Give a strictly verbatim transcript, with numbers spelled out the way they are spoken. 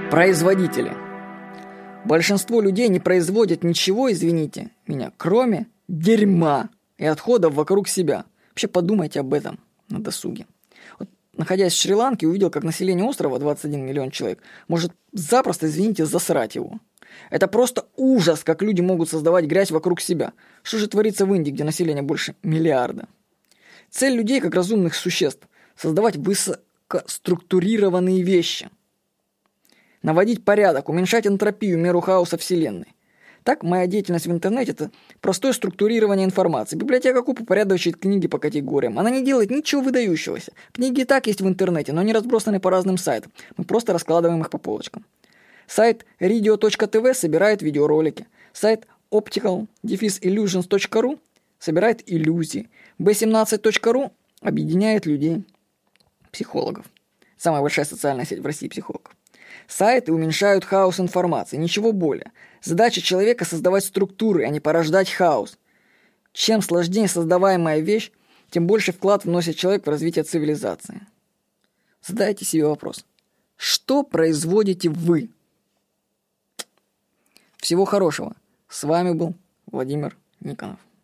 Производители. Большинство людей не производят ничего, извините меня, кроме дерьма и отходов вокруг себя. Вообще подумайте об этом на досуге. Вот, находясь в Шри-Ланке, увидел, как население острова, двадцать один миллион человек, может запросто, извините, засрать его. Это просто ужас, как люди могут создавать грязь вокруг себя. Что же творится в Индии, где население больше миллиарда? Цель людей, как разумных существ, создавать высокоструктурированные вещи. Наводить порядок, уменьшать энтропию, меру хаоса Вселенной. Так, моя деятельность в интернете – это простое структурирование информации. Библиотека Куб упорядочивает книги по категориям. Она не делает ничего выдающегося. Книги и так есть в интернете, но они разбросаны по разным сайтам. Мы просто раскладываем их по полочкам. Сайт radio точка ти ви собирает видеоролики. Сайт optical illusions точка ру собирает иллюзии. би семнадцать точка ру объединяет людей. Психологов. Самая большая социальная сеть в России психологов. Сайты уменьшают хаос информации, ничего более. Задача человека – создавать структуры, а не порождать хаос. Чем сложнее создаваемая вещь, тем больше вклад вносит человек в развитие цивилизации. Задайте себе вопрос. Что производите вы? Всего хорошего. С вами был Владимир Никонов.